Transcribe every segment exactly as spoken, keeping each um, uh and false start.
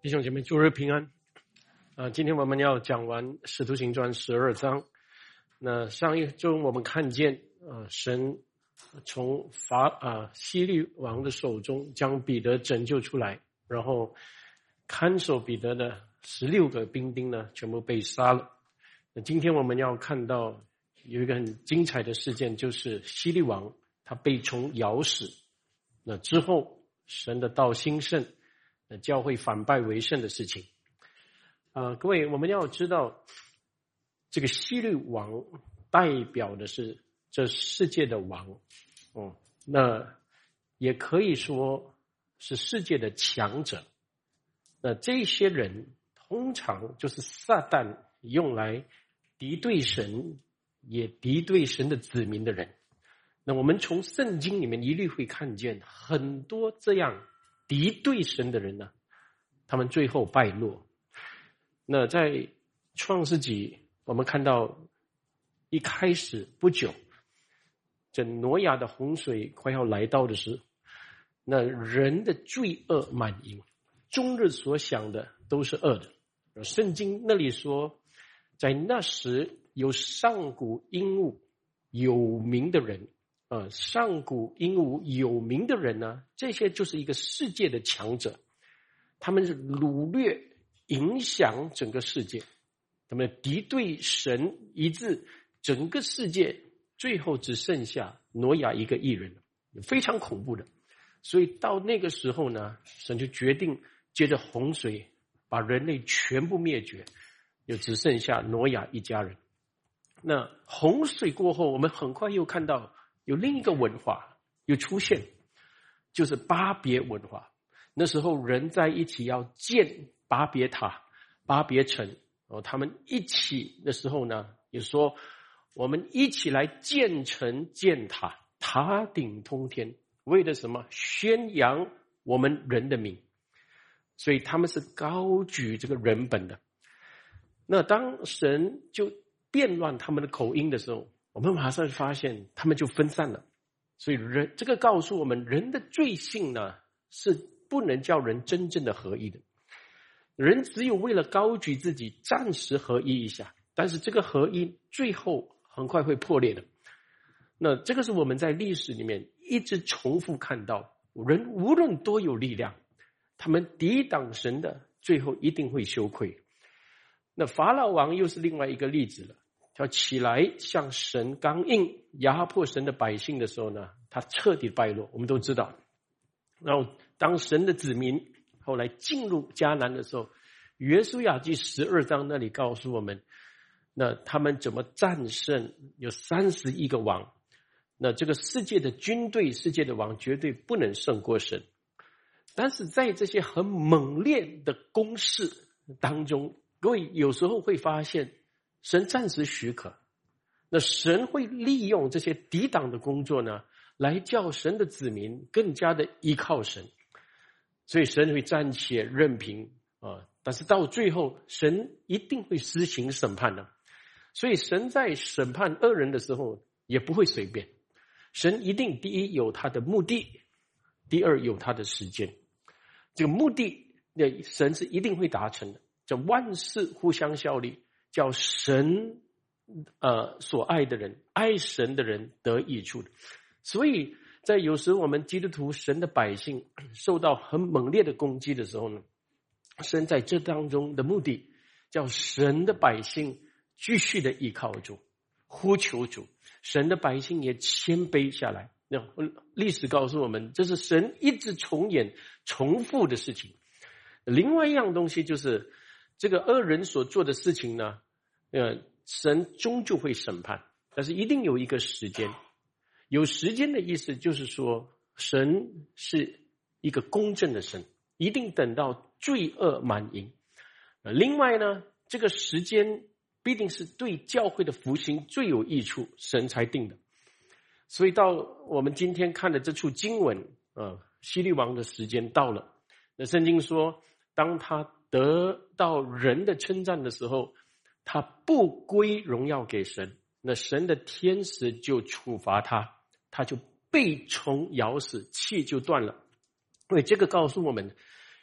弟兄姐妹，主日平安。啊、呃，今天我们要讲完《使徒行传》十二章。那上一周我们看见，呃，神从法啊、呃、希律王的手中将彼得拯救出来，然后看守彼得的十六个兵丁呢，全部被杀了。那今天我们要看到有一个很精彩的事件，就是希律王他被虫咬死。那之后，神的道兴盛。教会反败为胜的事情。呃，各位，我们要知道，这个希律王代表的是这世界的王，嗯，那也可以说是世界的强者。那这些人通常就是撒旦用来敌对神，也敌对神的子民的人。那我们从圣经里面一律会看见很多这样敌对神的人呢，他们最后败落。那在创世纪，我们看到一开始不久，这挪亚的洪水快要来到的时候，那人的罪恶满盈，终日所想的都是恶的。圣经那里说，在那时有上古英武有名的人，呃，上古英武有名的人呢，这些就是一个世界的强者，他们是掳掠影响整个世界，他们敌对神，以致整个世界最后只剩下挪亚一个义人，非常恐怖的。所以到那个时候呢，神就决定借着洪水把人类全部灭绝，就只剩下挪亚一家人。那洪水过后，我们很快又看到有另一个文化又出现，就是巴别文化。那时候人在一起要建巴别塔、巴别城，哦，他们一起的时候呢，也说我们一起来建城建塔，塔顶通天，为了什么？宣扬我们人的名。所以他们是高举这个人本的。那当神就变乱他们的口音的时候，我们马上发现他们就分散了。所以人这个告诉我们，人的罪性呢是不能叫人真正的合一的。人只有为了高举自己，暂时合一一下，但是这个合一最后很快会破裂的。那这个是我们在历史里面一直重复看到，人无论多有力量，他们抵挡神的，最后一定会羞愧。那法老王又是另外一个例子了，要起来向神刚硬，压迫神的百姓的时候呢，他彻底败落，我们都知道。然后当神的子民后来进入迦南的时候，约书亚记十二章那里告诉我们，那他们怎么战胜有三十一个王。那这个世界的军队，世界的王绝对不能胜过神。但是在这些很猛烈的攻势当中，各位有时候会发现神暂时许可，那神会利用这些抵挡的工作呢，来叫神的子民更加的依靠神。所以神会暂且任凭啊，但是到最后神一定会施行审判的。所以神在审判恶人的时候也不会随便，神一定第一有他的目的，第二有他的时间。这个目的神是一定会达成的，叫万事互相效力，叫神呃所爱的人，爱神的人得益处的。所以在有时我们基督徒神的百姓受到很猛烈的攻击的时候呢，神在这当中的目的叫神的百姓继续的依靠主，呼求主，神的百姓也谦卑下来。那历史告诉我们，这是神一直重演重复的事情。另外一样东西就是这个恶人所做的事情呢，呃，神终究会审判，但是一定有一个时间。有时间的意思就是说，神是一个公正的神，一定等到罪恶满盈。另外呢，这个时间必定是对教会的复兴最有益处，神才定的。所以到我们今天看的这处经文，呃，希律王的时间到了。那圣经说，当他得到人的称赞的时候，他不归荣耀给神，那神的天使就处罚他，他就被虫咬死，气就断了。因为这个告诉我们，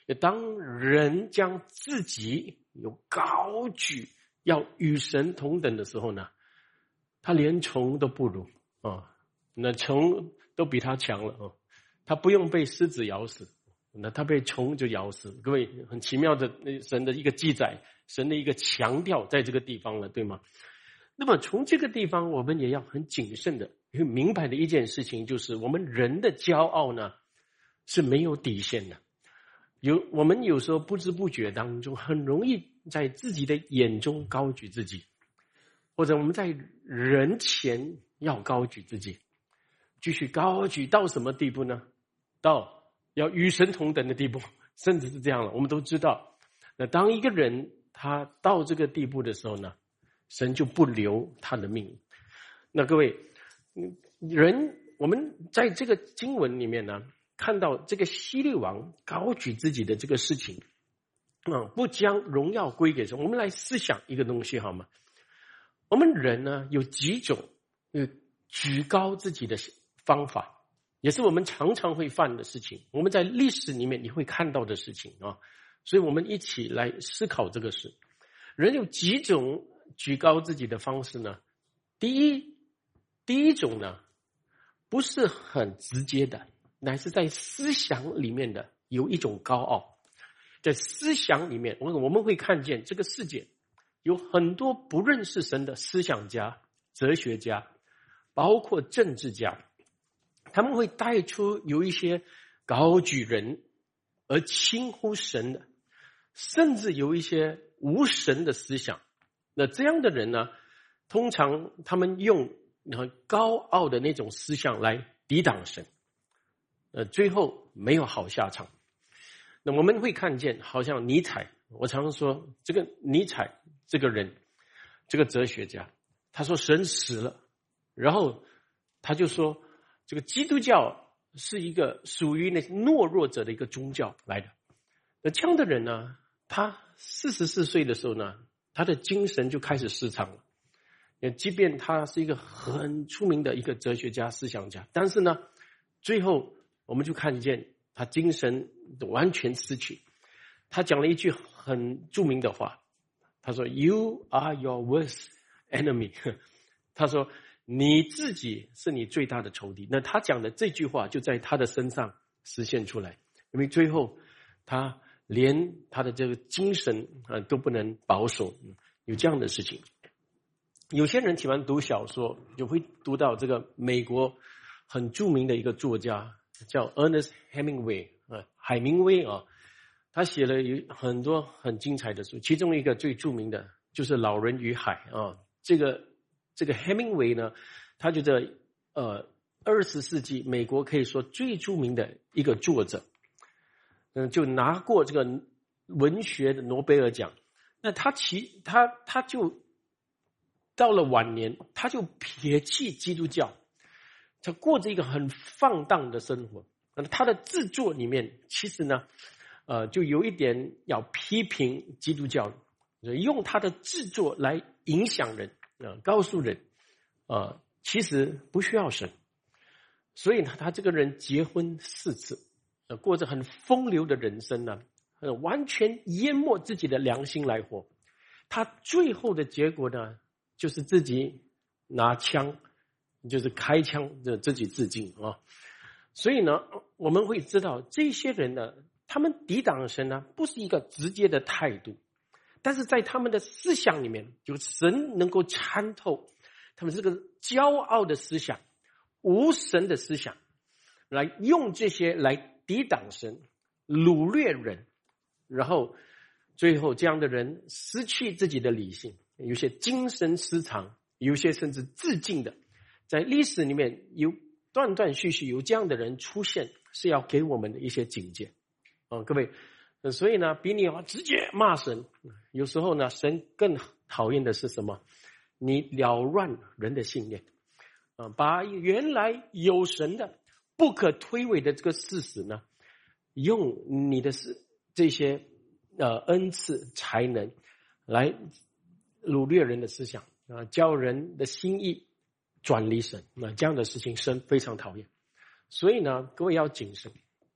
当人将自己有高举，要与神同等的时候呢，他连虫都不如啊，那虫都比他强了啊，他不用被狮子咬死，那他被虫就咬死。各位，很奇妙的神的一个记载，神的一个强调在这个地方了，对吗？那么从这个地方我们也要很谨慎的明白的一件事情，就是我们人的骄傲呢是没有底线的。有我们有时候不知不觉当中很容易在自己的眼中高举自己，或者我们在人前要高举自己，继续高举到什么地步呢？到要与神同等的地步，甚至是这样了。我们都知道，那当一个人他到这个地步的时候呢，神就不留他的命。那各位人，我们在这个经文里面呢，看到这个希律王高举自己的这个事情，嗯，不将荣耀归给神。我们来思想一个东西好吗？我们人呢有几种呃举高自己的方法，也是我们常常会犯的事情。我们在历史里面你会看到的事情啊，所以我们一起来思考这个事。人有几种举高自己的方式呢？第一，第一种呢，不是很直接的，乃是在思想里面的有一种高傲。在思想里面，我们会看见这个世界有很多不认识神的思想家、哲学家，包括政治家，他们会带出有一些高举人而轻忽神的，甚至有一些无神的思想。那这样的人呢，通常他们用很高傲的那种思想来抵挡神，呃，最后没有好下场。那我们会看见，好像尼采，我常常说，这个尼采这个人，这个哲学家，他说神死了，然后他就说，这个基督教是一个属于那懦弱者的一个宗教来的。那这样的人呢，他四十四岁的时候呢，他的精神就开始失常了。即便他是一个很出名的一个哲学家、思想家，但是呢，最后我们就看见他精神完全失去。他讲了一句很著名的话，他说 You are your worst enemy 他说你自己是你最大的仇敌。那他讲的这句话就在他的身上实现出来，因为最后他连他的这个精神啊都不能保守，有这样的事情。有些人喜欢读小说，就会读到这个美国很著名的一个作家叫 Ernest Hemingway 啊，海明威啊，他写了有很多很精彩的书，其中一个最著名的就是《老人与海》啊。这个这个 Hemingway 呢，他就在呃二十世纪美国可以说最著名的一个作者，嗯，就拿过这个文学的诺贝尔奖。那他其他他就到了晚年，他就撇弃基督教，他过着一个很放荡的生活。那他的制作里面，其实呢，呃，就有一点要批评基督教，用他的制作来影响人，呃、告诉人，呃，其实不需要神。所以呢，他这个人结婚四次，呃、过着很风流的人生呢，呃，完全淹没自己的良心来活。他最后的结果呢，就是自己拿枪，就是开枪的自己自尽啊。所以呢，我们会知道这些人呢，他们抵挡神呢，不是一个直接的态度，但是在他们的思想里面，有神能够参透他们这个骄傲的思想、无神的思想，来用这些来抵挡神、掳掠人，然后最后这样的人失去自己的理性，有些精神失常，有些甚至自尽的。在历史里面有断断续续有这样的人出现，是要给我们的一些警戒啊，各位。所以呢，比你要直接骂神，有时候呢，神更讨厌的是什么？你扰乱人的信念啊，把原来有神的不可推诿的这个事实呢，用你的这些呃恩赐才能来掳掠人的思想啊，叫人的心意转离神，那这样的事情神非常讨厌。所以呢，各位要谨慎。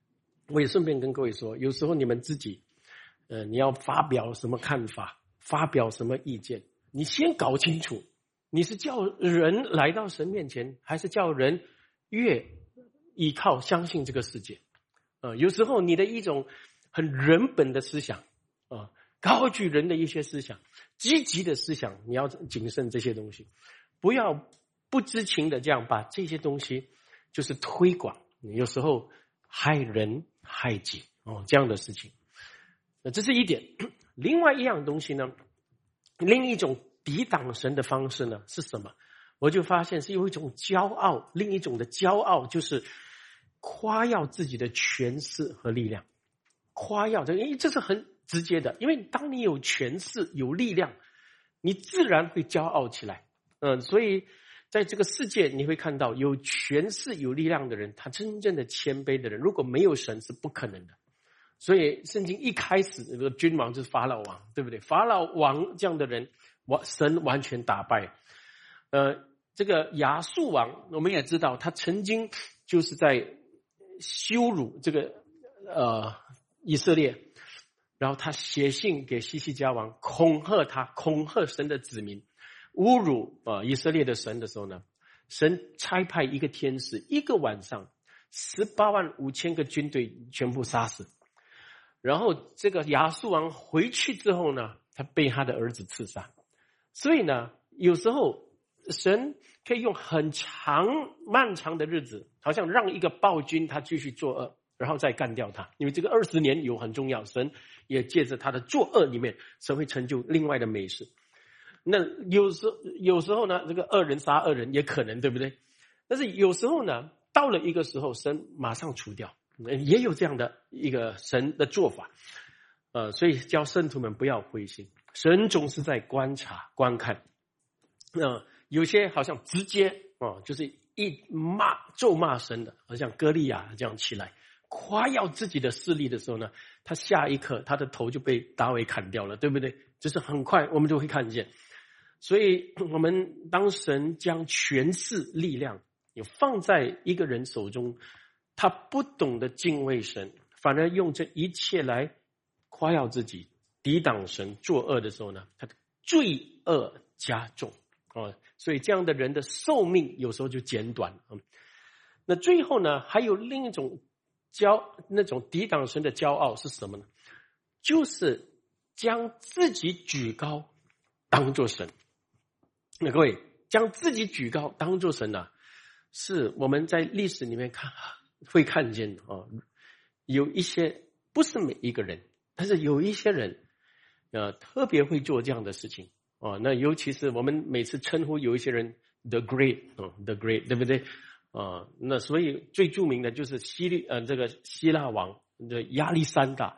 我也顺便跟各位说，有时候你们自己，呃，你要发表什么看法，发表什么意见，你先搞清楚，你是叫人来到神面前，还是叫人越依靠相信这个世界？呃，有时候你的一种很人本的思想，啊、呃，高举人的一些思想，积极的思想，你要谨慎这些东西，不要不知情的这样把这些东西就是推广，有时候害人害己哦，这样的事情。那这是一点。另外一样东西呢，另一种抵挡神的方式呢是什么？我就发现是有一种骄傲，另一种的骄傲就是夸耀自己的权势和力量。夸耀这个，因为这是很直接的，因为当你有权势有力量，你自然会骄傲起来。嗯，所以在这个世界你会看到有权势有力量的人，他真正的谦卑的人，如果没有神是不可能的。所以圣经一开始那个君王就是法老王，对不对？法老王这样的人，神完全打败。呃，这个亚述王我们也知道，他曾经就是在羞辱这个呃以色列，然后他写信给西西家王，恐吓他，恐吓神的子民，侮辱啊、呃、以色列的神的时候呢，神差派一个天使，一个晚上十八万五千个军队全部杀死。然后这个亚述王回去之后呢，他被他的儿子刺杀。所以呢，有时候神可以用很长漫长的日子，好像让一个暴君他继续作恶，然后再干掉他。因为这个二十年有很重要，神也借着他的作恶里面，神会成就另外的美事。那有时有时候呢，这个恶人杀恶人也可能，对不对？但是有时候呢，到了一个时候，神马上除掉。也有这样的一个神的做法，呃，所以叫圣徒们不要灰心，神总是在观察观看。呃，有些好像直接哦、呃，就是一骂咒骂神的，好像歌利亚这样起来夸耀自己的势力的时候呢，他下一刻他的头就被大卫砍掉了，对不对？就是很快我们就会看见。所以我们当神将权势力量有放在一个人手中，他不懂得敬畏神，反而用这一切来夸耀自己，抵挡神作恶的时候呢，他的罪恶加重哦，所以这样的人的寿命有时候就减短。嗯，那最后呢，还有另一种骄那种抵挡神的骄傲是什么呢？就是将自己举高当作神。那各位，将自己举高当作神啊，是我们在历史里面看会看见哦，有一些不是每一个人，但是有一些人，呃，特别会做这样的事情哦。那尤其是我们每次称呼有一些人 the great 哦 the great， 对不对？啊、呃，那所以最著名的就是希律呃这个希腊王的亚历山大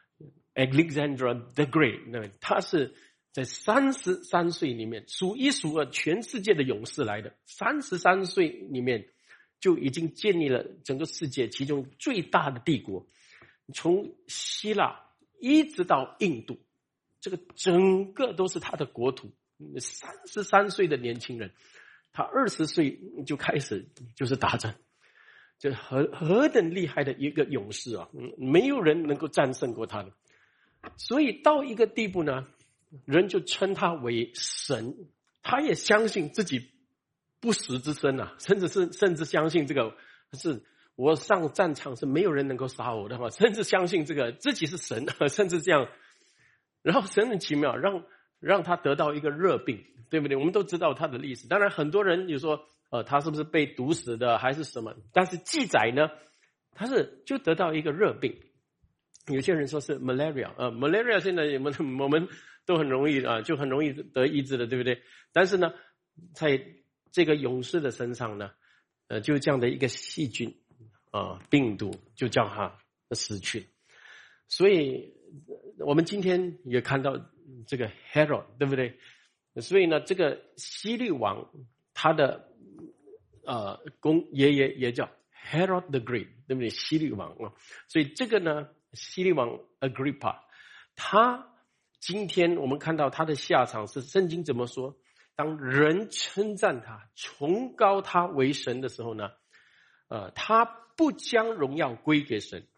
Alexander the Great， 那他是在三十三岁里面数一数二全世界的勇士来的，三十三岁里面就已经建立了整个世界其中最大的帝国，从希腊一直到印度，这个整个都是他的国土。三十三岁的年轻人，他二十岁就开始就是打仗，就何何等厉害的一个勇士啊！没有人能够战胜过他的。所以到一个地步呢，人就称他为神，他也相信自己不死之身啊，甚至是甚至相信这个是我上战场是没有人能够杀我的话，甚至相信这个自己是神，甚至这样。然后神很奇妙，让让他得到一个热病，对不对？我们都知道他的历史。当然很多人有说呃他是不是被毒死的还是什么，但是记载呢，他是就得到一个热病。有些人说是 malaria， 呃 malaria 现在我们我们都很容易啊、呃，就很容易得医治的，对不对？但是呢，在这个勇士的身上呢，呃，就这样的一个细菌啊、呃、病毒就叫他死去。所以我们今天也看到这个 Herod， 对不对？所以呢，这个希律王他的呃公爷爷也叫 Herod the Great， 对不对？希律王啊，所以这个呢，希律王 Agrippa， 他今天我们看到他的下场是圣经怎么说？当人称赞他、崇高他为神的时候呢，呃，他不将荣耀归给神，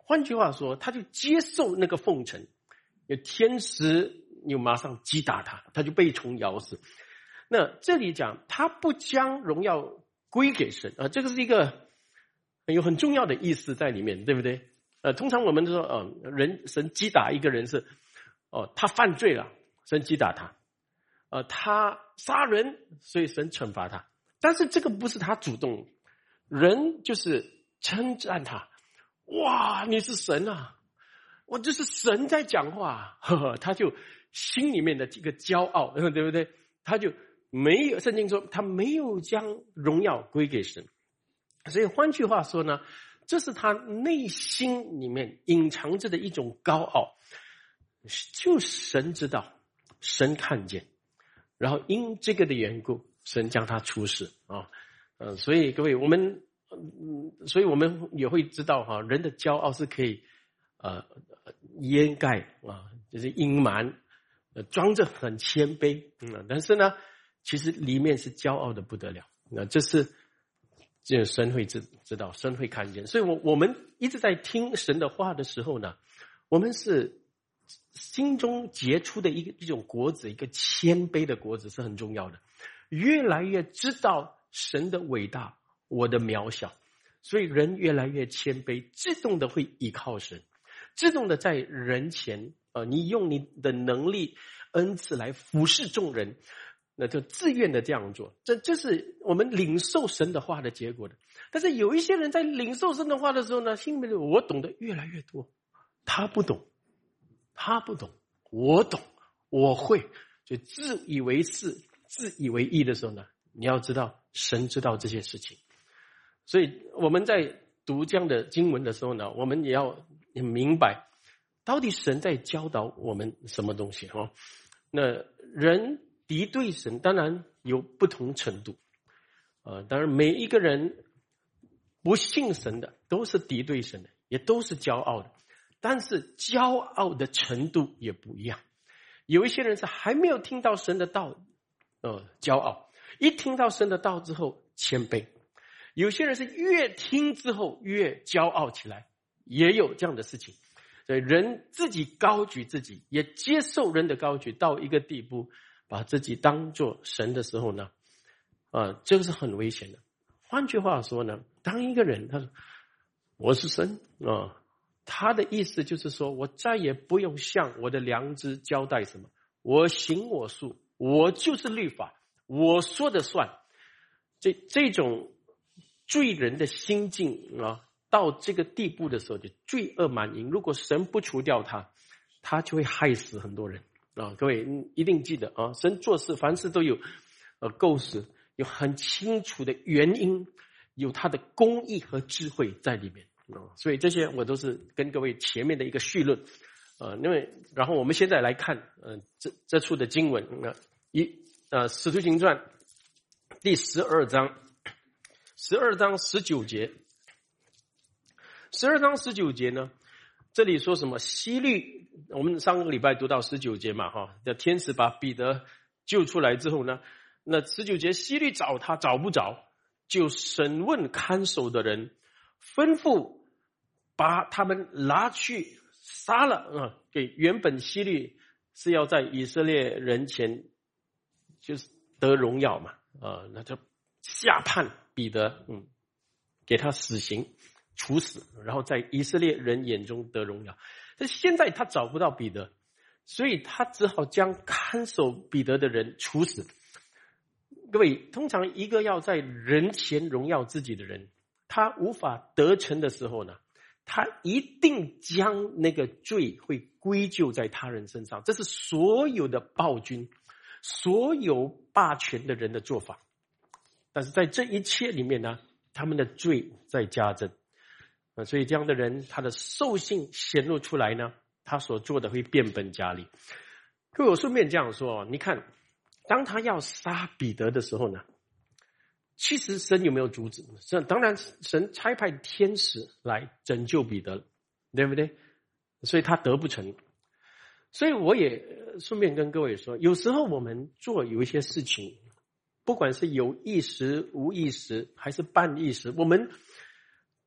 换句话说，他就接受那个奉承，有天使又马上击打他，他就被虫咬死。那这里讲他不将荣耀归给神啊，这个是一个有很重要的意思在里面，对不对？呃，通常我们就说，呃，人神击打一个人是，哦，他犯罪了，神击打他，呃，他杀人，所以神惩罚他。但是这个不是他主动，人就是称赞他，哇，你是神啊，我这是神在讲话，呵呵，他就心里面的这个骄傲，对不对？他就没有，圣经说他没有将荣耀归给神，所以换句话说呢，这是他内心里面隐藏着的一种高傲，就神知道，神看见，然后因这个的缘故，神将他处死啊，嗯，所以各位，我们，嗯，所以我们也会知道哈，人的骄傲是可以呃掩盖啊，就是隐瞒，呃，装着很谦卑，嗯，但是呢，其实里面是骄傲的不得了，那这是。这神会知知道，神会看见，所以我我们一直在听神的话的时候呢，我们是心中结出的一个一种果子，一个谦卑的果子是很重要的，越来越知道神的伟大，我的渺小，所以人越来越谦卑，自动的会依靠神，自动的在人前，呃，你用你的能力恩赐来服侍众人。那就自愿的这样做，这这是我们领受神的话的结果的。但是有一些人在领受神的话的时候呢，心里面我懂得越来越多，他不懂，他不懂，我懂，我会，就自以为是、自以为意的时候呢，你要知道神知道这些事情。所以我们在读这样的经文的时候呢，我们也要明白，到底神在教导我们什么东西哦？那人。敌对神当然有不同程度，呃，当然每一个人不信神的都是敌对神的，也都是骄傲的，但是骄傲的程度也不一样。有一些人是还没有听到神的道，呃，骄傲；一听到神的道之后谦卑。有些人是越听之后越骄傲起来，也有这样的事情。所以人自己高举自己，也接受人的高举到一个地步。把自己当作神的时候呢，啊，这个是很危险的。换句话说呢，当一个人他说我是神啊，他的意思就是说我再也不用向我的良知交代什么，我行我素，我就是律法，我说的算。这这种罪人的心境啊，到这个地步的时候就罪恶满盈。如果神不除掉他，他就会害死很多人。啊，各位一定记得啊！神做事凡事都有呃构思，有很清楚的原因，有他的公义和智慧在里面啊。所以这些我都是跟各位前面的一个绪论，呃，因为然后我们现在来看，嗯、呃，这这处的经文啊，一呃《使徒行传》第十二章，十二章十九节，十二章十九节呢，这里说什么？希律。我们上个礼拜读到十九节嘛，哈，那天使把彼得救出来之后呢，那十九节希律找他找不着，就审问看守的人，吩咐把他们拿去杀了啊！给原本希律是要在以色列人前就是得荣耀嘛，啊，那就下判彼得，嗯，给他死刑处死，然后在以色列人眼中得荣耀。但现在他找不到彼得，所以他只好将看守彼得的人处死。各位，通常一个要在人前荣耀自己的人，他无法得逞的时候呢，他一定将那个罪会归咎在他人身上。这是所有的暴君、所有霸权的人的做法。但是在这一切里面呢，他们的罪在加增。所以这样的人，他的兽性显露出来呢，他所做的会变本加厉。各位，我顺便这样说，你看，当他要杀彼得的时候呢，其实神有没有阻止？神当然，神差派天使来拯救彼得，对不对？所以他得不成。所以我也顺便跟各位说，有时候我们做有一些事情，不管是有意识、无意识，还是半意识，我们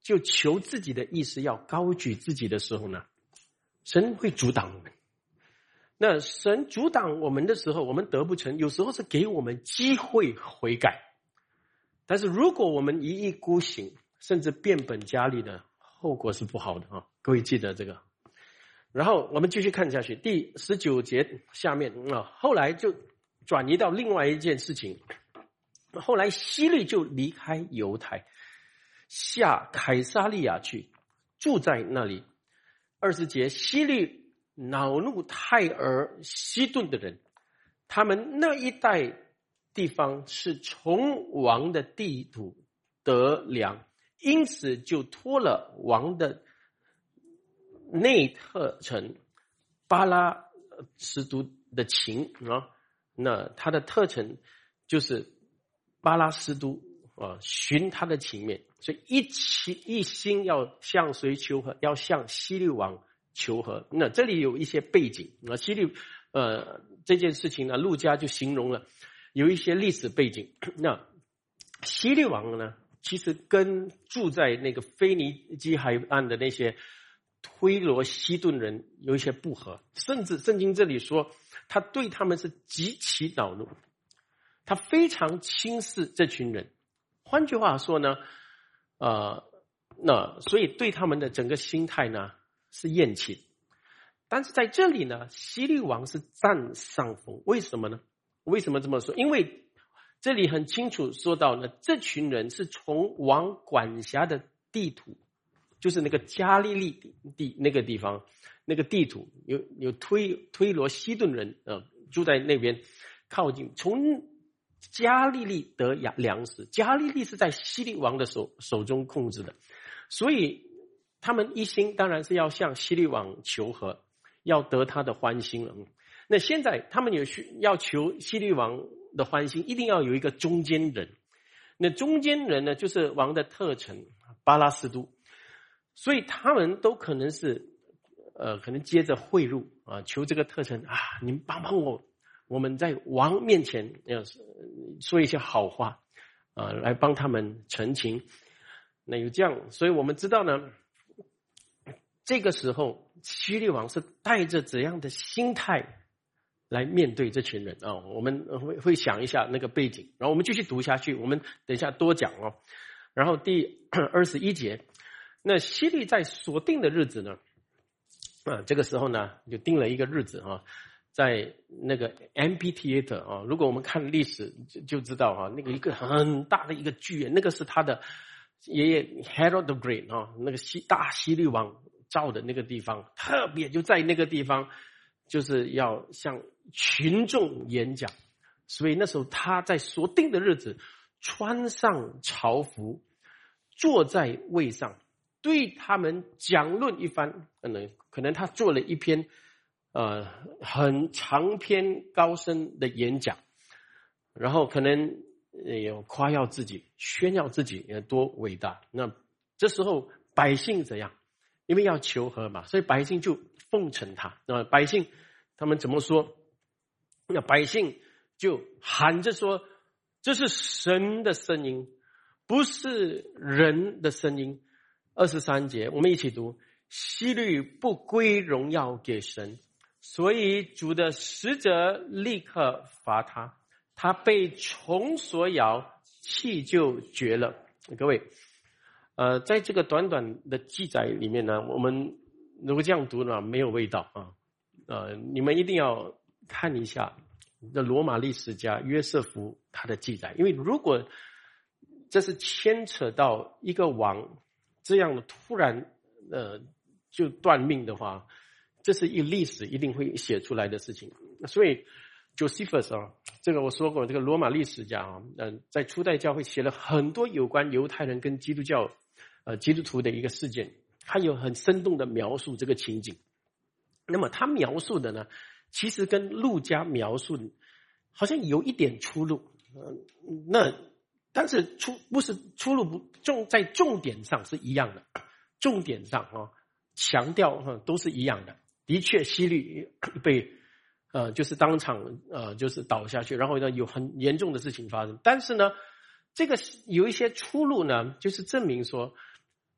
就求自己的意思，要高举自己的时候呢，神会阻挡我们。那神阻挡我们的时候，我们得不成，有时候是给我们机会悔改。但是如果我们一意孤行，甚至变本加厉的，后果是不好的啊！各位记得这个。然后我们继续看下去，第十九节下面啊，后来就转移到另外一件事情。后来希律就离开犹太，下凯撒利亚去，住在那里。二十节，希律恼怒泰尔西顿的人，他们那一带地方是从王的地土得粮，因此就托了王的内特城巴拉斯都的情啊，那他的特城就是巴拉斯都啊，寻他的情面，所以一起一心要向谁求和？要向希律王求和。那这里有一些背景啊，希律呃这件事情呢，路加就形容了有一些历史背景。那希律王呢，其实跟住在那个腓尼基海岸的那些推罗西顿人有一些不合，甚至圣经这里说他对他们是极其恼怒，他非常轻视这群人。换句话说呢，呃，那所以对他们的整个心态呢是厌弃。但是在这里呢，希律王是占上风，为什么呢？为什么这么说？因为这里很清楚说到呢，这群人是从王管辖的地图，就是那个加利利地那个地方，那个地图有有推推罗西顿人呃住在那边靠近，从加利利得粮食，加利利是在希律王的手手中控制的，所以他们一心当然是要向希律王求和，要得他的欢心了。那现在他们有需要求希律王的欢心，一定要有一个中间人。那中间人呢，就是王的特臣巴拉斯都，所以他们都可能是呃，可能接着贿赂啊，求这个特臣啊，你们帮帮我。我们在王面前要说一些好话啊，来帮他们澄清。那有这样，所以我们知道呢，这个时候希律王是带着怎样的心态来面对这群人啊？我们会会想一下那个背景，然后我们继续读下去，我们等一下多讲哦。然后第二十一节，那希律在所定的日子呢，啊，这个时候呢就定了一个日子啊。在那个 amphitheater 啊，如果我们看历史就就知道啊，那个一个很大的一个剧院，那个是他的爷爷 Herod the Great 啊，那个希大希律王造的那个地方，特别就在那个地方，就是要向群众演讲，所以那时候他在所定的日子穿上朝服，坐在位上，对他们讲论一番。可能可能他做了一篇。呃，很长篇高深的演讲，然后可能有夸耀自己，炫耀自己有多伟大。那这时候百姓怎样？因为要求和嘛，所以百姓就奉承他。那百姓他们怎么说？那百姓就喊着说：“这是神的声音，不是人的声音。”二十三节，我们一起读：希律不归荣耀给神。所以主的使者立刻罚他，他被虫所咬，气就绝了。各位，呃，在这个短短的记载里面呢，我们如果这样读呢，没有味道啊。呃，你们一定要看一下的罗马历史家约瑟夫他的记载，因为如果这是牵扯到一个王这样的突然呃就断命的话。这是一历史一定会写出来的事情，所以 Josephus 啊，这个我说过，这个罗马历史家啊，嗯、呃，在初代教会写了很多有关犹太人跟基督教，呃，基督徒的一个事件，他有很生动的描述这个情景。那么他描述的呢，其实跟路加描述的好像有一点出入，呃、那但是出不是出入不重，在重点上是一样的，重点上啊，强调哈、呃、都是一样的。的确，希律被呃，就是当场呃，就是倒下去，然后呢，有很严重的事情发生。但是呢，这个有一些出路呢，就是证明说，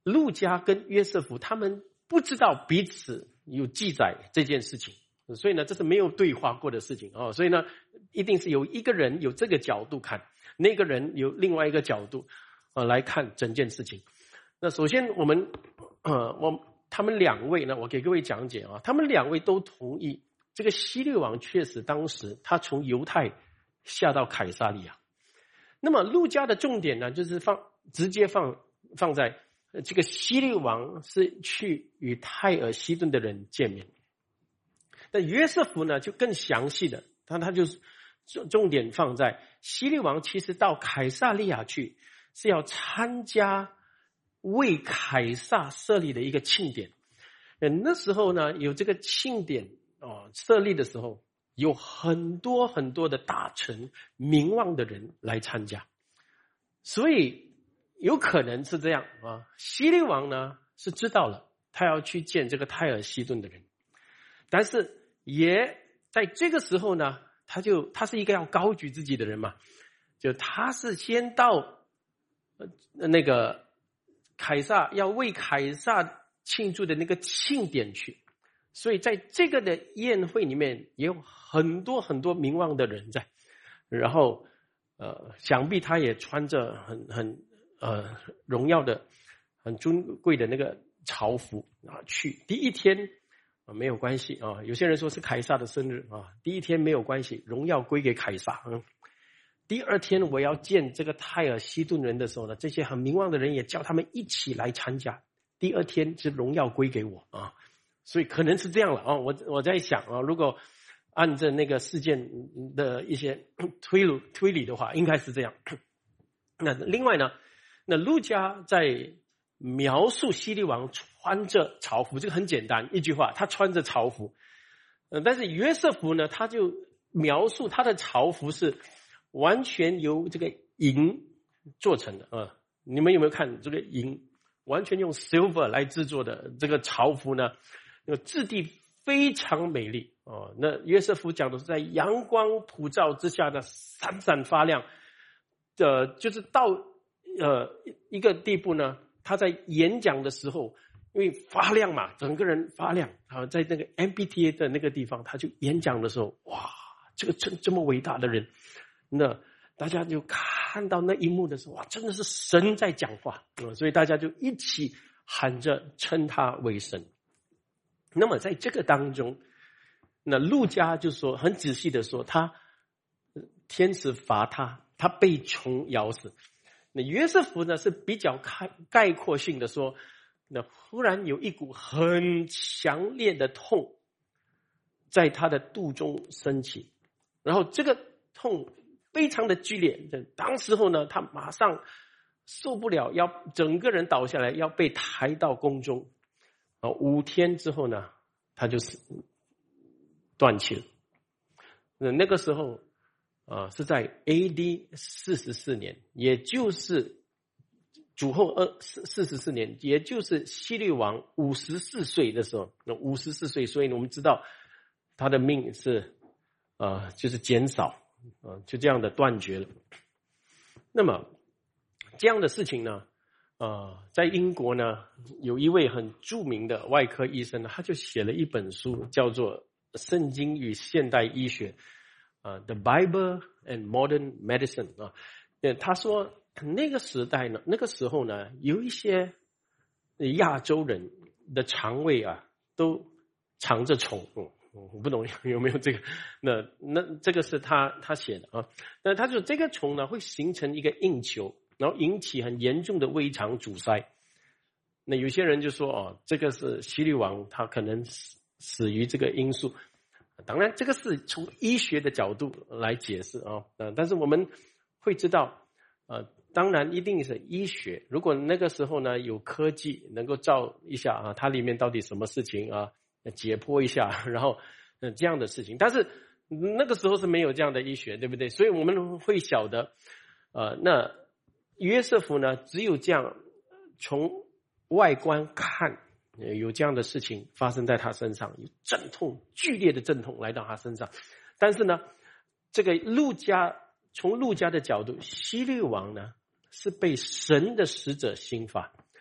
路加跟约瑟夫他们不知道彼此有记载这件事情，所以呢，这是没有对话过的事情哦。所以呢，一定是有一个人有这个角度看，那个人有另外一个角度呃来看整件事情。那首先我们呃我他们两位呢，我给各位讲解啊，他们两位都同意这个希律王确实当时他从犹太下到凯撒利亚。那么路加的重点呢，就是放直接放放在这个希律王是去与泰尔西顿的人见面。那约瑟夫呢就更详细的，他他就是重点放在希律王其实到凯撒利亚去是要参加为凯撒设立的一个庆典。那时候呢有这个庆典哦设立的时候，有很多很多的大臣名望的人来参加，所以有可能是这样啊。希律王呢是知道了他要去见这个泰尔西顿的人，但是也在这个时候呢，他就他是一个要高举自己的人嘛，就他是先到呃那个凯撒要为凯撒庆祝的那个庆典去。所以在这个的宴会里面也有很多很多名望的人在，然后呃，想必他也穿着很很呃荣耀的、很尊贵的那个朝服啊去。第一天啊没有关系啊，有些人说是凯撒的生日啊，第一天没有关系，荣耀归给凯撒。嗯，第二天我要见这个泰尔西顿人的时候呢，这些很名望的人也叫他们一起来参加。第二天是荣耀归给我啊。所以可能是这样了啊，我我在想啊，如果按照那个事件的一些推理推理的话，应该是这样。那另外呢，那路加在描述希律王穿着朝服，这个很简单，一句话，他穿着朝服。呃，但是约瑟夫呢，他就描述他的朝服是完全由这个银做成的啊。你们有没有看这个银完全用 silver 来制作的这个朝服呢？那个质地非常美丽哦。那约瑟夫讲的是在阳光普照之下的闪闪发亮，呃，就是到呃一个地步呢，他在演讲的时候，因为发亮嘛，整个人发亮啊，在那个 M B T A 的那个地方，他就演讲的时候，哇，这个这这么伟大的人，那大家就看到那一幕的时候，哇，真的是神在讲话，呃、所以大家就一起喊着称他为神。那么在这个当中，那路加就说很仔细的说，他天使罚他，他被虫咬死。那约瑟夫呢是比较概括性的说，那忽然有一股很强烈的痛在他的肚中升起，然后这个痛非常的剧烈，当时候呢他马上受不了，要整个人倒下来，要被抬到宫中。五天之后呢，他就断气了。那个时候啊，是在 A D 四十四年，也就是主后二四十四年，也就是希律王五十四岁的时候。那五十四岁，所以我们知道他的命是啊、呃，就是减少啊、呃，就这样的断绝了。那么这样的事情呢？呃，在英国呢，有一位很著名的外科医生，他就写了一本书，叫做《圣经与现代医学》啊，《The Bible and Modern Medicine》啊。呃，他说那个时代呢，那个时候呢，有一些亚洲人的肠胃啊，都藏着虫。嗯，我不懂有没有这个？那那这个是他他写的啊。那他说这个虫呢，会形成一个硬球。然后引起很严重的胃肠阻塞。那有些人就说哦，这个是希律王他可能死死于这个因素。当然这个是从医学的角度来解释啊、呃，但是我们会知道呃，当然一定是医学，如果那个时候呢有科技能够照一下啊，它里面到底什么事情啊，解剖一下，然后、呃、这样的事情，但是那个时候是没有这样的医学，对不对？所以我们会晓得呃，那约瑟夫呢，只有这样从外观看，有这样的事情发生在他身上，有阵痛，剧烈的阵痛来到他身上。但是呢，这个路加从路加的角度，希律王呢是被神的使者兴发，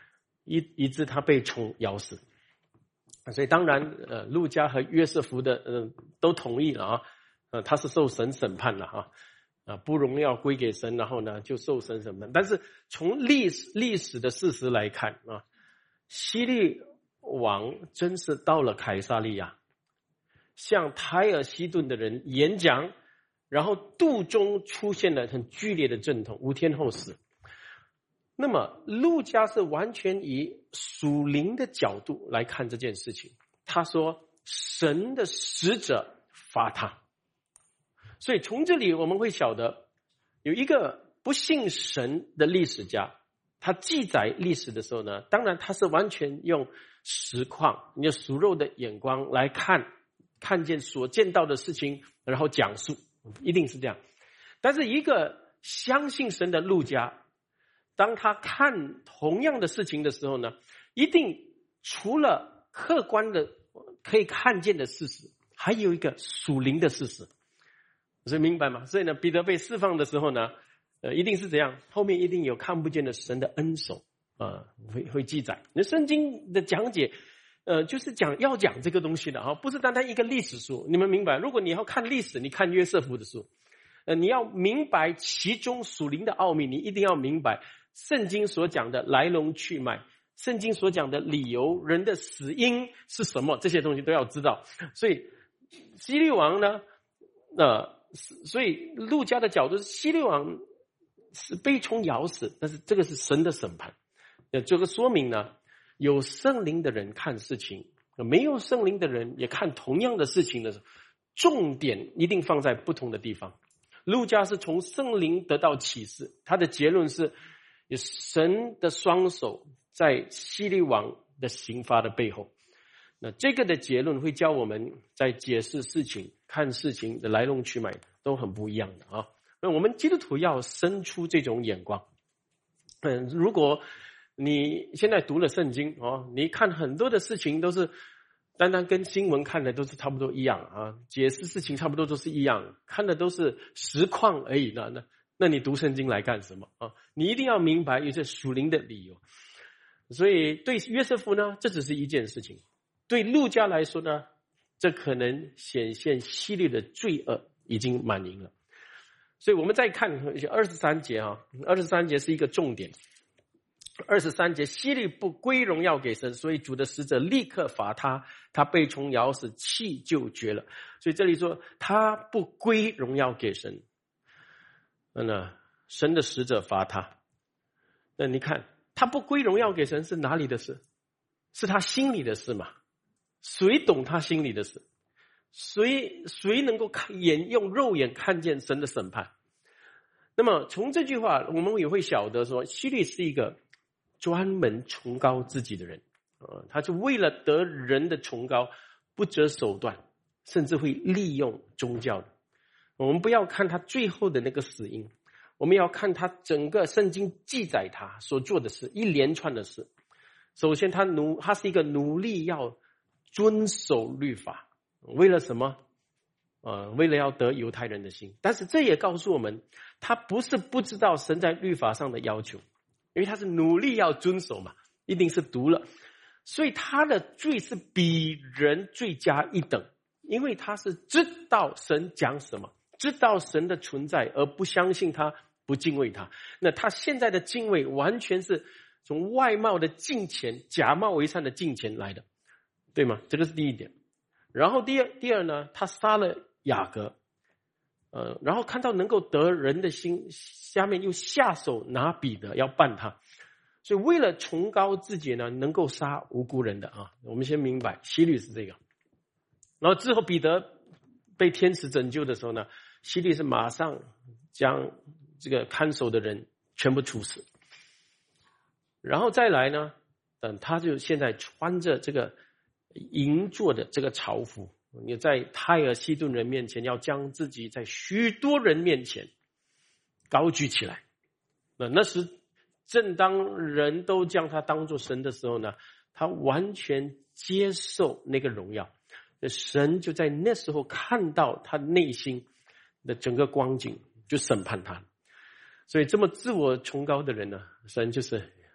以以致他被虫咬死。所以当然呃路加和约瑟夫的呃都同意了啊，呃他是受神审判了啊，啊不荣耀归给神，然后呢就受神审判。但是从历史历史的事实来看啊，希律王真是到了凯撒利亚，向泰尔西顿的人演讲，然后肚中出现了很剧烈的阵痛，五天后死。那么路加是完全以属灵的角度来看这件事情，他说神的使者罚他。所以从这里我们会晓得，有一个不信神的历史家，他记载历史的时候呢，当然他是完全用实况，你属肉的眼光来看，看见所见到的事情，然后讲述，一定是这样。但是一个相信神的路加，当他看同样的事情的时候呢，一定除了客观的可以看见的事实，还有一个属灵的事实。所以明白吗？所以呢，彼得被释放的时候呢，呃，一定是这样，后面一定有看不见的神的恩手啊、呃，会会记载。那圣经的讲解，呃，就是讲要讲这个东西的啊，不是单单一个历史书。你们明白？如果你要看历史，你看约瑟夫的书，呃，你要明白其中属灵的奥秘，你一定要明白圣经所讲的来龙去脉，圣经所讲的理由，人的死因是什么，这些东西都要知道。所以希律王呢，呃，所以路加的角度是希律王是被虫咬死，但是这个是神的审判。呃，这个说明呢，有圣灵的人看事情，没有圣灵的人也看同样的事情的时候，重点一定放在不同的地方。路加是从圣灵得到启示，他的结论是有神的双手在希律王的刑罚的背后。那这个的结论会教我们在解释事情、看事情的来龙去脉都很不一样的啊。那我们基督徒要生出这种眼光。嗯，如果你现在读了圣经哦，你看很多的事情都是单单跟新闻看的都是差不多一样啊，解释事情差不多都是一样，看的都是实况而已的，那那你读圣经来干什么啊？你一定要明白有些属灵的理由。所以对约瑟夫呢，这只是一件事情；对路加来说呢，这可能显现希律的罪恶已经满盈了。所以我们再看二十三节啊，二十三节是一个重点。二十三节，希律不归荣耀给神，所以主的使者立刻罚他，他被虫咬死，气就绝了。所以这里说他不归荣耀给神，那神的使者罚他。那你看他不归荣耀给神是哪里的事？是他心里的事嘛？谁懂他心里的事？谁谁能够看眼用肉眼看见神的审判？那么从这句话我们也会晓得说，希律是一个专门崇高自己的人，呃，他就为了得人的崇高不择手段，甚至会利用宗教的。我们不要看他最后的那个死因，我们要看他整个圣经记载他所做的事，一连串的事。首先他努他是一个努力要遵守律法，为了什么？呃，为了要得犹太人的心。但是这也告诉我们，他不是不知道神在律法上的要求，因为他是努力要遵守嘛，一定是读了，所以他的罪是比人罪加一等，因为他是知道神讲什么，知道神的存在，而不相信他，不敬畏他。那他现在的敬畏完全是从外貌的敬虔，假冒为善的敬虔来的，对吗？这个是第一点。然后第二，第二呢，他杀了雅各，呃，然后看到能够得人的心，下面又下手拿彼得要办他，所以为了崇高自己呢，能够杀无辜人的啊。我们先明白希律是这个。然后之后彼得被天使拯救的时候呢，希律是马上将这个看守的人全部处死。然后再来呢，等他就现在穿着这个银做的这个朝服，你在泰尔西顿人面前要将自己在许多人面前高举起来。那那时正当人都将他当作神的时候呢，他完全接受那个荣耀。神就在那时候看到他内心的整个光景，就审判他。所以这么自我崇高的人呢，神就是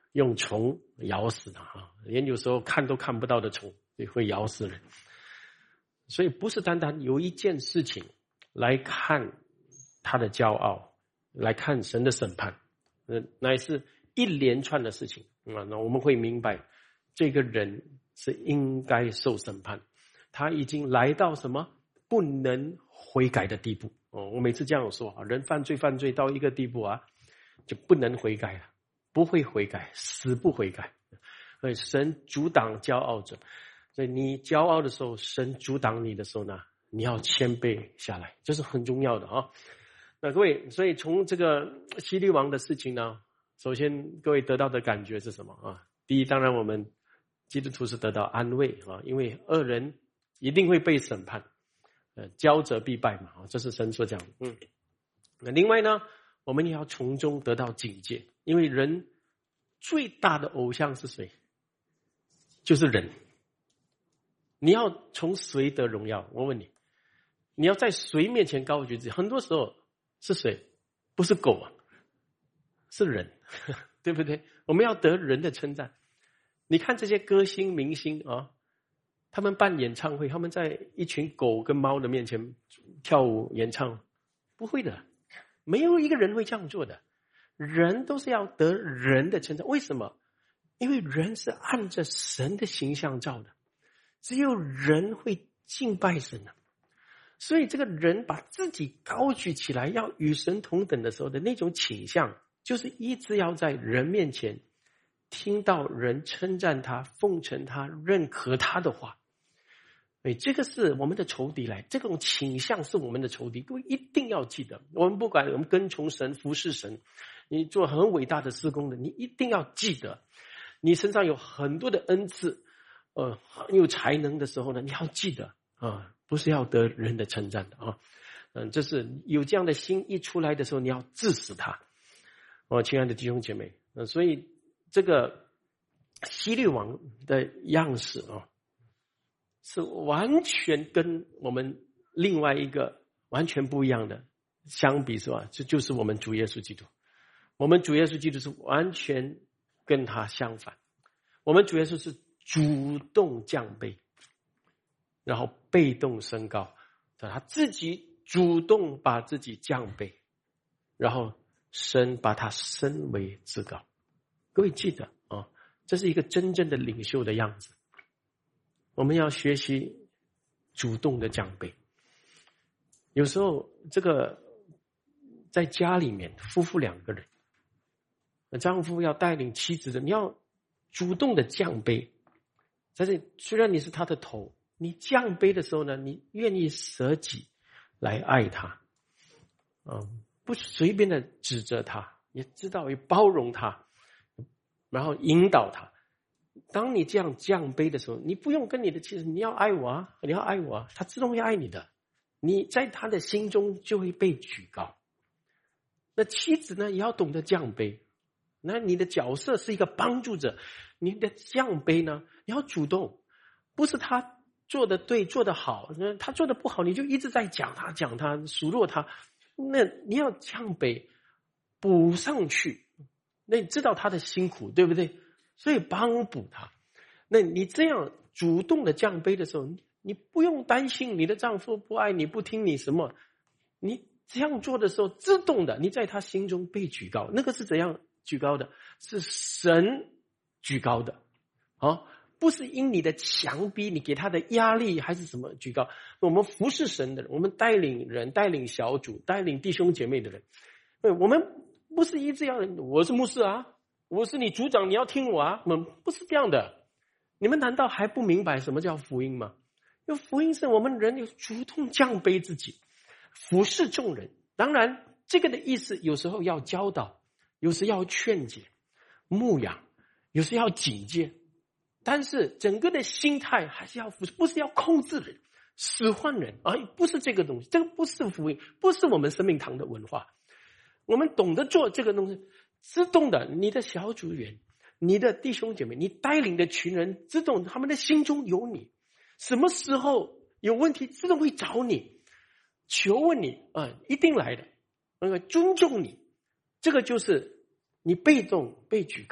用虫咬死他啊，连有时候看都看不到的虫也会咬死人。所以不是单单有一件事情来看他的骄傲，来看神的审判，呃，乃是一连串的事情啊。那我们会明白，这个人是应该受审判，他已经来到什么不能悔改的地步哦。我每次这样说啊，人犯罪犯罪到一个地步啊，就不能悔改了，不会悔改，死不悔改。所以神阻挡骄傲者。所以你骄傲的时候，神阻挡你的时候呢，你要谦卑下来，这是很重要的啊。那各位，所以从这个希律王的事情呢，首先各位得到的感觉是什么啊？第一，当然我们基督徒是得到安慰啊，因为恶人一定会被审判，呃，骄者必败嘛，这是神所讲的。嗯，那另外呢，我们也要从中得到警戒，因为人最大的偶像是谁？就是人。你要从谁得荣耀？我问你，你要在谁面前高举自己？很多时候是谁？不是狗啊，是人，对不对？我们要得人的称赞。你看这些歌星明星啊，他们办演唱会，他们在一群狗跟猫的面前跳舞演唱，不会的，没有一个人会这样做的。人都是要得人的称赞，为什么？因为人是按着神的形象造的。只有人会敬拜神啊，所以这个人把自己高举起来，要与神同等的时候的那种倾向，就是一直要在人面前听到人称赞他、奉承他、认可他的话。哎，这个是我们的仇敌来，这种倾向是我们的仇敌，各位一定要记得。我们不管我们跟从神、服侍神，你做很伟大的事工的，你一定要记得，你身上有很多的恩赐。呃，很有才能的时候呢，你要记得啊，不是要得人的称赞的啊。嗯，这是有这样的心一出来的时候，你要治死他。哦，亲爱的弟兄姐妹，呃，所以这个希律王的样式啊，是完全跟我们另外一个完全不一样的相比，是吧？这就是我们主耶稣基督。我们主耶稣基督是完全跟他相反。我们主耶稣是主动降卑，然后被动升高，他自己主动把自己降卑，然后神把他升为至高。各位记得啊，这是一个真正的领袖的样子。我们要学习主动的降卑。有时候这个在家里面，夫妇两个人，丈夫要带领妻子的，你要主动的降卑。在这里，虽然你是他的头，你降卑的时候呢，你愿意舍己来爱他，嗯，不随便的指责他，也知道也包容他，然后引导他。当你这样降卑的时候，你不用跟你的妻子，你要爱我啊，你要爱我啊，他自动会爱你的。你在他的心中就会被举高。那妻子呢，也要懂得降卑。那你的角色是一个帮助者，你的降卑呢，你要主动，不是他做的对做的好，他做的不好你就一直在讲他讲他数落他，那你要降卑补上去，那你知道他的辛苦，对不对？所以帮补他。那你这样主动的降卑的时候，你不用担心你的丈夫不爱你不听你什么，你这样做的时候自动的你在他心中被举高。那个是怎样举高的？是神举高的啊，不是因你的强逼你给他的压力还是什么举高。我们服侍神的人，我们带领人带领小组带领弟兄姐妹的人，我们不是一直要我是牧师啊，我是你组长你要听我啊，我们不是这样的。你们难道还不明白什么叫福音吗？因为福音是我们人有主动降卑自己服侍众人。当然这个的意思有时候要教导，有时要劝解牧养，有时要警戒，但是整个的心态还是要服侍，不是要控制人使唤人啊，不是这个东西，这个不是福音，不是我们生命堂的文化。我们懂得做这个东西，自动的你的小组员你的弟兄姐妹你带领的群人自动他们的心中有你，什么时候有问题自动会找你求问你啊，一定来的，那个尊重你，这个就是你被动被举高的。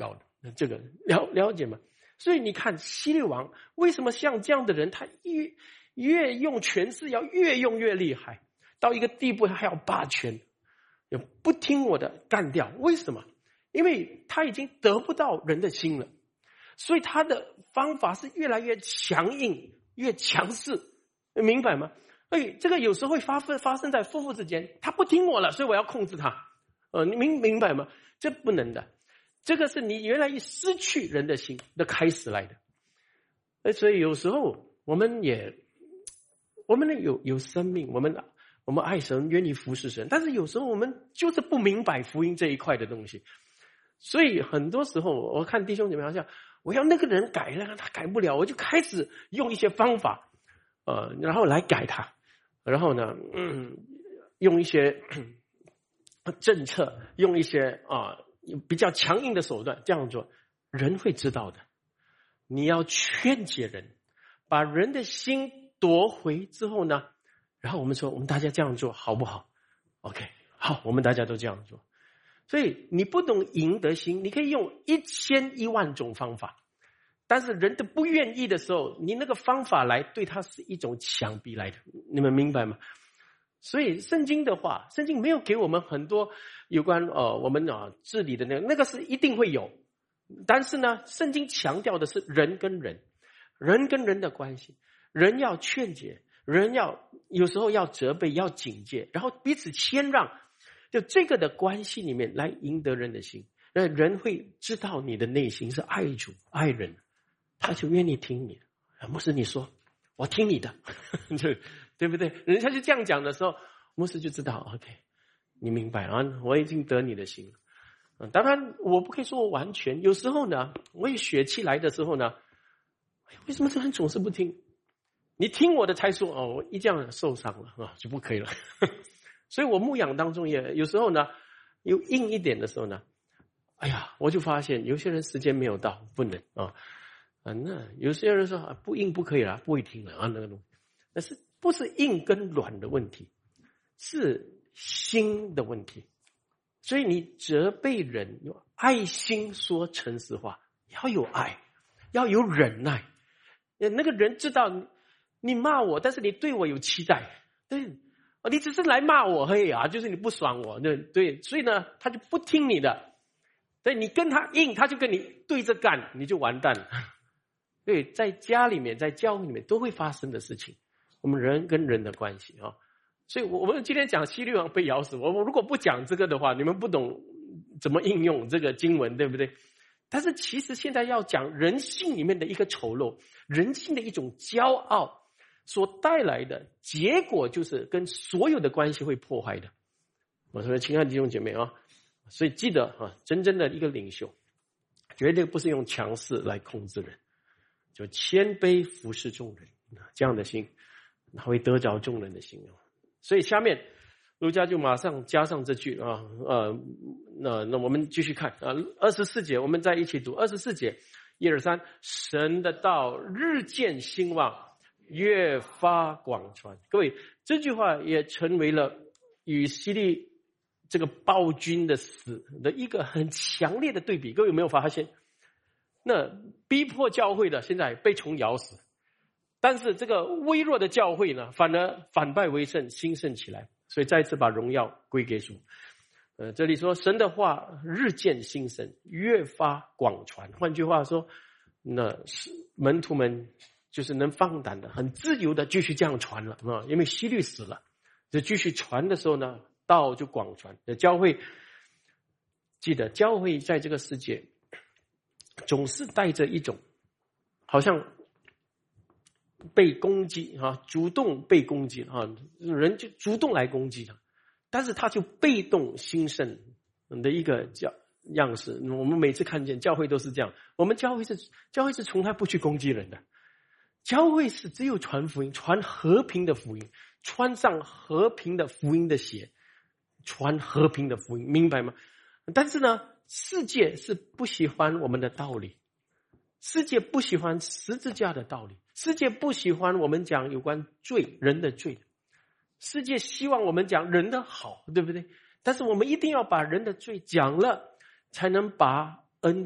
这个了了解吗？所以你看希律王为什么像这样的人，他越越用权势要越用越厉害，到一个地步他还要霸权，也不听我的干掉。为什么？因为他已经得不到人的心了，所以他的方法是越来越强硬越强势，明白吗？哎，这个有时候会发生发生在夫妇之间，他不听我了，所以我要控制他。呃，你明明白吗？这不能的，这个是你原来一失去人的心的开始来的。呃，所以有时候我们也，我们有有生命，我们我们爱神，愿意服侍神，但是有时候我们就是不明白福音这一块的东西，所以很多时候我看弟兄姐妹好像我要那个人改了，他改不了，我就开始用一些方法，呃，然后来改他，然后呢，嗯，用一些政策，用一些啊、呃、比较强硬的手段这样做，人会知道的。你要劝解人，把人的心夺回之后呢，然后我们说我们大家这样做好不好 ？OK， 好，我们大家都这样做。所以你不懂赢得心，你可以用一千一万种方法，但是人都不愿意的时候，你那个方法来对他是一种强逼来的，你们明白吗？所以圣经的话，圣经没有给我们很多有关呃我们啊治理的那个，那个是一定会有，但是呢，圣经强调的是人跟人，人跟人的关系，人要劝解，人要有时候要责备，要警戒，然后彼此谦让。就这个的关系里面来赢得人的心，让人会知道你的内心是爱主爱人，他就愿意听你。牧师你说我听你的对不对？人家就这样讲的时候，牧师就知道 OK， 你明白啊，我已经得你的心了。当然我不可以说我完全，有时候呢我有血气来的时候呢，为什么这个人总是不听？你听我的才说哦，我一这样受伤了啊，就不可以了所以我牧养当中也有时候呢，有硬一点的时候呢，哎呀，我就发现有些人时间没有到，不能啊啊，那有些人说、啊、不硬不可以了，不会听了啊那个东西，但是不是硬跟软的问题，是心的问题。所以你责备人，有爱心说诚实话，要有爱，要有忍耐。那个人知道 你, 你骂我，但是你对我有期待，对。你只是来骂我而已啊，就是你不爽我，对对，所以呢，他就不听你的，对，你跟他硬，他就跟你对着干，你就完蛋了。对，在家里面，在教会里面都会发生的事情，我们人跟人的关系啊，所以我们今天讲希律王被咬死，我如果不讲这个的话，你们不懂怎么应用这个经文，对不对？但是其实现在要讲人性里面的一个丑陋，人性的一种骄傲。所带来的结果就是跟所有的关系会破坏的。我说亲爱的弟兄姐妹啊，所以记得啊，真正的一个领袖绝对不是用强势来控制人，就谦卑服侍众人，这样的心他会得着众人的心。所以下面路加就马上加上这句啊，呃，那那我们继续看啊，二十四节我们再一起读二十四节，一二三，神的道日渐兴旺，越发广传。各位，这句话也成为了与希律这个暴君的死的一个很强烈的对比。各位有没有发现？那逼迫教会的现在被虫咬死，但是这个微弱的教会呢，反而反败为胜，兴盛起来。所以再次把荣耀归给主。呃，这里说神的话日渐兴盛，越发广传。换句话说，那门徒们就是能放胆的、很自由的继续这样传了啊！因为希律死了，就继续传的时候呢，道就广传。教会记得，教会在这个世界总是带着一种好像被攻击啊，主动被攻击啊，人就主动来攻击他，但是他就被动兴盛的一个教样式。我们每次看见教会都是这样，我们教会是教会是从来不去攻击人的。教会是只有传福音，传和平的福音，穿上和平的福音的鞋，传和平的福音，明白吗？但是呢，世界是不喜欢我们的道理，世界不喜欢十字架的道理，世界不喜欢我们讲有关罪，人的罪，世界希望我们讲人的好，对不对？但是我们一定要把人的罪讲了，才能把恩典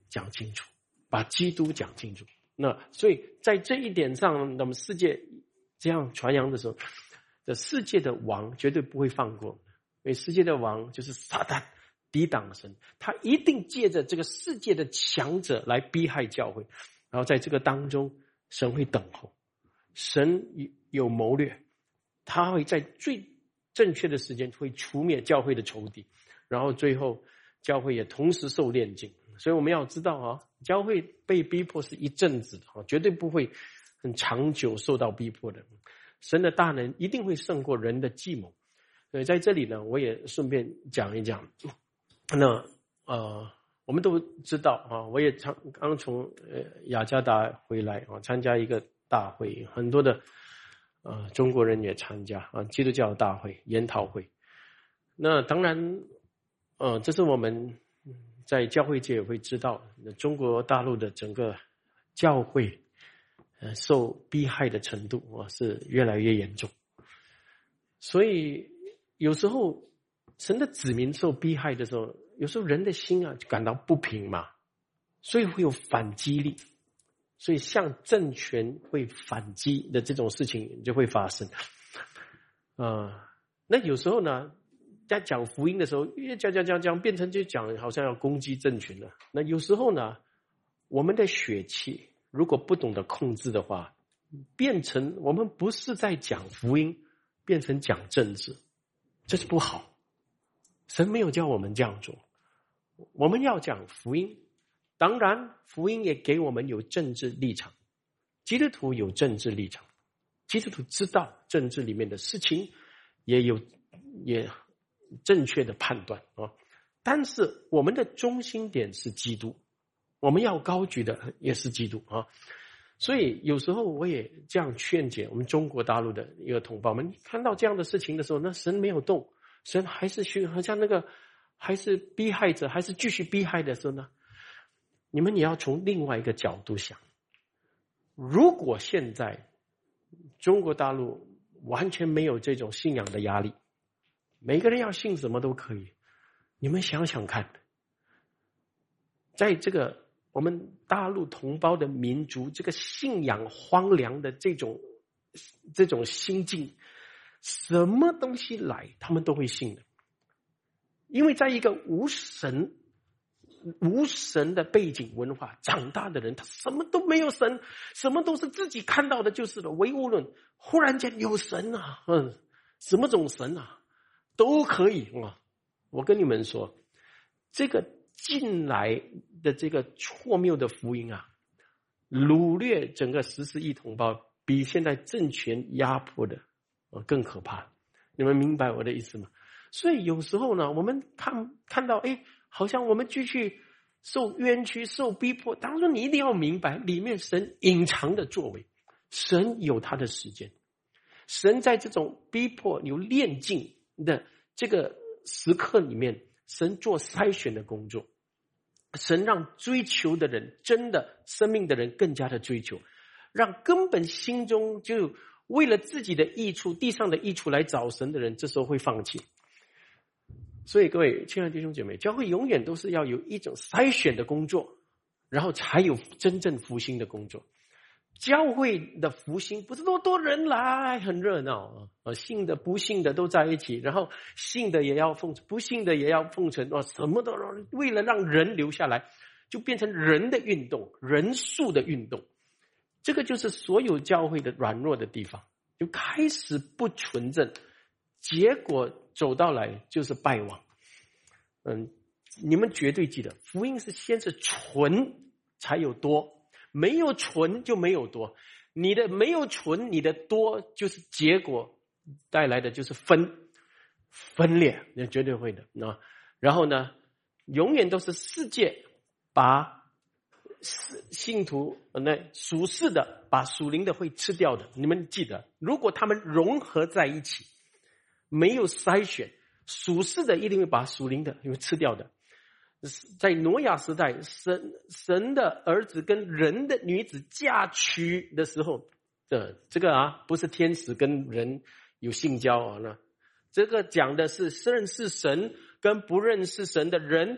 讲清楚，把基督讲清楚。那所以在这一点上，那么世界这样传扬的时候，这世界的王绝对不会放过，因为世界的王就是撒旦，抵挡神，他一定借着这个世界的强者来逼害教会，然后在这个当中，神会等候，神有谋略，他会在最正确的时间会除灭教会的仇敌，然后最后教会也同时受炼净。所以我们要知道啊，教会被逼迫是一阵子的，绝对不会很长久受到逼迫的。神的大能一定会胜过人的计谋。所以在这里呢，我也顺便讲一讲。那呃，我们都知道啊，我也刚刚从呃雅加达回来啊，参加一个大会，很多的呃中国人也参加啊，基督教大会研讨会。那当然，呃，这是我们在教会界也会知道，中国大陆的整个教会呃受逼害的程度啊是越来越严重。所以有时候神的子民受逼害的时候，有时候人的心啊就感到不平嘛，所以会有反击力，所以向政权会反击的这种事情就会发生。呃，那有时候呢，在讲福音的时候，越讲讲讲讲，变成就讲好像要攻击政权了。那有时候呢，我们的血气如果不懂得控制的话，变成我们不是在讲福音，变成讲政治，这是不好。神没有叫我们这样做，我们要讲福音。当然福音也给我们有政治立场，基督徒有政治立场，基督徒知道政治里面的事情，也有也正确的判断啊。但是我们的中心点是基督，我们要高举的也是基督啊。所以有时候我也这样劝解我们中国大陆的一个同胞们，看到这样的事情的时候，那神没有动，神还是去好像那个还是逼害者，还是继续逼害的时候呢，你们也要从另外一个角度想。如果现在中国大陆完全没有这种信仰的压力，每个人要信什么都可以，你们想想看，在这个我们大陆同胞的民族这个信仰荒凉的这种这种心境，什么东西来他们都会信的。因为在一个无神无神的背景文化长大的人，他什么都没有神，什么都是自己看到的就是了，唯物论。忽然间有神啊，嗯，什么种神啊都可以啊。我跟你们说，这个进来的这个错谬的福音啊，掳掠整个十四亿同胞，比现在政权压迫的更可怕。你们明白我的意思吗？所以有时候呢，我们看看到，哎，好像我们继续受冤屈、受逼迫。当然，你一定要明白里面神隐藏的作为，神有他的时间，神在这种逼迫、有炼净的这个时刻里面，神做筛选的工作，神让追求的人，真的生命的人更加的追求，让根本心中就为了自己的益处、地上的益处来找神的人，这时候会放弃。所以各位亲爱的弟兄姐妹，教会永远都是要有一种筛选的工作，然后才有真正复兴的工作。教会的复兴不是多多人来很热闹啊，信的不信的都在一起，然后信的也要奉承，不信的也要奉承，啊，什么都为了让人留下来，就变成人的运动，人数的运动。这个就是所有教会的软弱的地方，就开始不纯正，结果走到来就是败亡。嗯，你们绝对记得，福音是先是纯才有多，没有纯就没有多。你的没有纯，你的多就是结果带来的就是分分裂，那绝对会的啊。然后呢，永远都是世界把信徒那属世的把属灵的会吃掉的。你们记得，如果他们融合在一起，没有筛选，属世的一定会把属灵的会吃掉的。在挪亚时代，神神的儿子跟人的女子嫁娶的时候，这这个啊不是天使跟人有性交啊，那这个讲的是认识神跟不认识神的人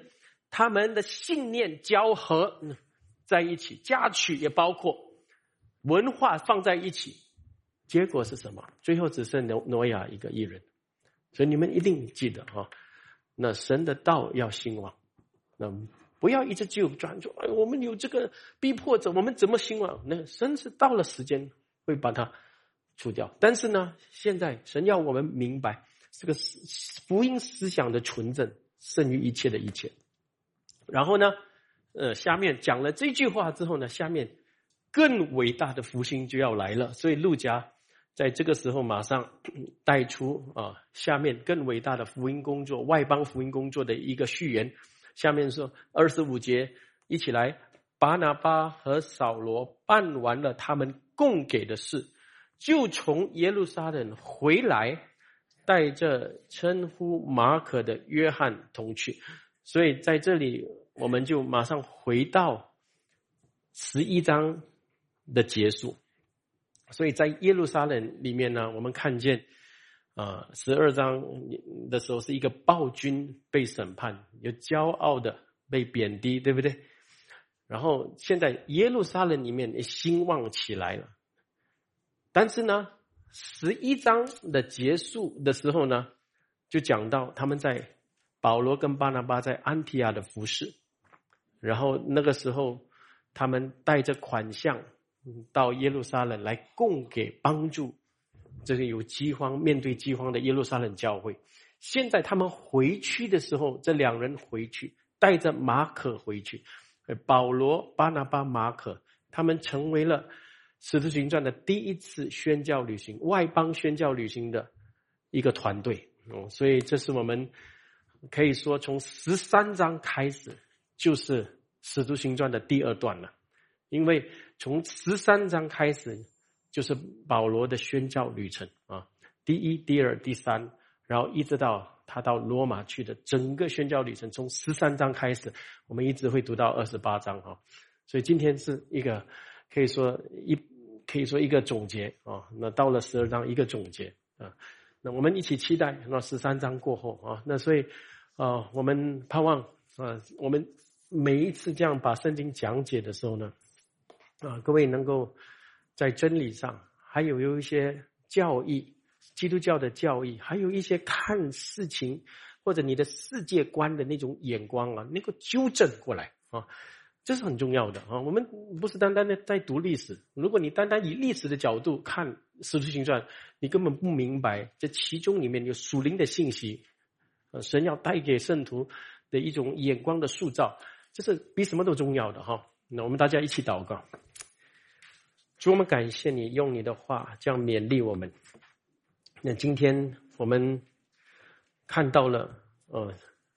他们的信念交合在一起，嫁娶也包括文化放在一起，结果是什么？最后只剩挪挪亚一个义人。所以你们一定记得哈，那神的道要兴旺，那不要一直就专注，哎，我们有这个逼迫者，我们怎么兴旺？那神是到了时间会把它除掉。但是呢，现在神要我们明白，这个福音思想的纯正胜于一切的一切。然后呢，呃，下面讲了这句话之后呢，下面更伟大的复兴就要来了。所以路加在这个时候马上带出啊，下面更伟大的福音工作，外邦福音工作的一个序言。下面说二十五节，一起来，巴拿巴和扫罗办完了他们供给的事，就从耶路撒冷回来，带着称呼马可的约翰同去。所以在这里我们就马上回到十一章的结束。所以在耶路撒冷里面呢，我们看见啊，十二章的时候是一个暴君被审判，有骄傲的被贬低，对不对？然后现在耶路撒冷里面也兴旺起来了。但是呢，十一章的结束的时候呢，就讲到他们在保罗跟巴拿巴在安提亚的服事，然后那个时候他们带着款项到耶路撒冷来供给帮助这个有饥荒面对饥荒的耶路撒冷教会。现在他们回去的时候，这两人回去带着马可回去，保罗、巴拿巴、马可他们成为了使徒行传的第一次宣教旅行，外邦宣教旅行的一个团队。嗯，所以这是我们可以说从十三章开始就是使徒行传的第二段了。因为从十三章开始就是保罗的宣教旅程啊，第一、第二、第三，然后一直到他到罗马去的整个宣教旅程，从十三章开始，我们一直会读到二十八章啊。所以今天是一个可以说一可以说一个总结啊。那到了十二章一个总结啊。那我们一起期待那十三章过后啊。那所以啊，我们盼望啊，我们每一次这样把圣经讲解的时候呢。啊，各位能够在真理上，还有有一些教义，基督教的教义，还有一些看事情或者你的世界观的那种眼光啊，能够纠正过来啊，这是很重要的啊。我们不是单单的在读历史，如果你单单以历史的角度看使徒行传，你根本不明白这其中里面有属灵的信息，呃，神要带给圣徒的一种眼光的塑造，这是比什么都重要的哈。那我们大家一起祷告。主，我们感谢你用你的话这样勉励我们。那今天我们看到了呃，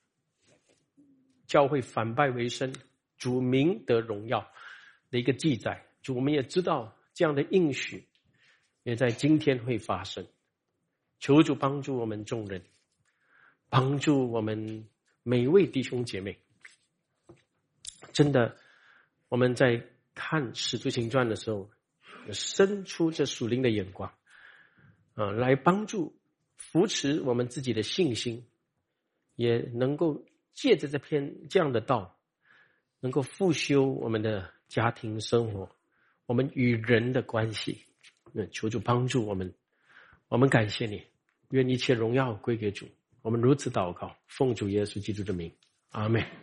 教会反败为胜，主名得荣耀的一个记载。主，我们也知道这样的应许也在今天会发生。求主帮助我们众人，帮助我们每位弟兄姐妹。真的，我们在看使徒行传的时候，伸出这属灵的眼光啊，来帮助扶持我们自己的信心，也能够借着这篇这样的道，能够复修我们的家庭生活，我们与人的关系。那求主帮助我们，我们感谢你，愿一切荣耀归给主。我们如此祷告，奉主耶稣基督的名，阿们。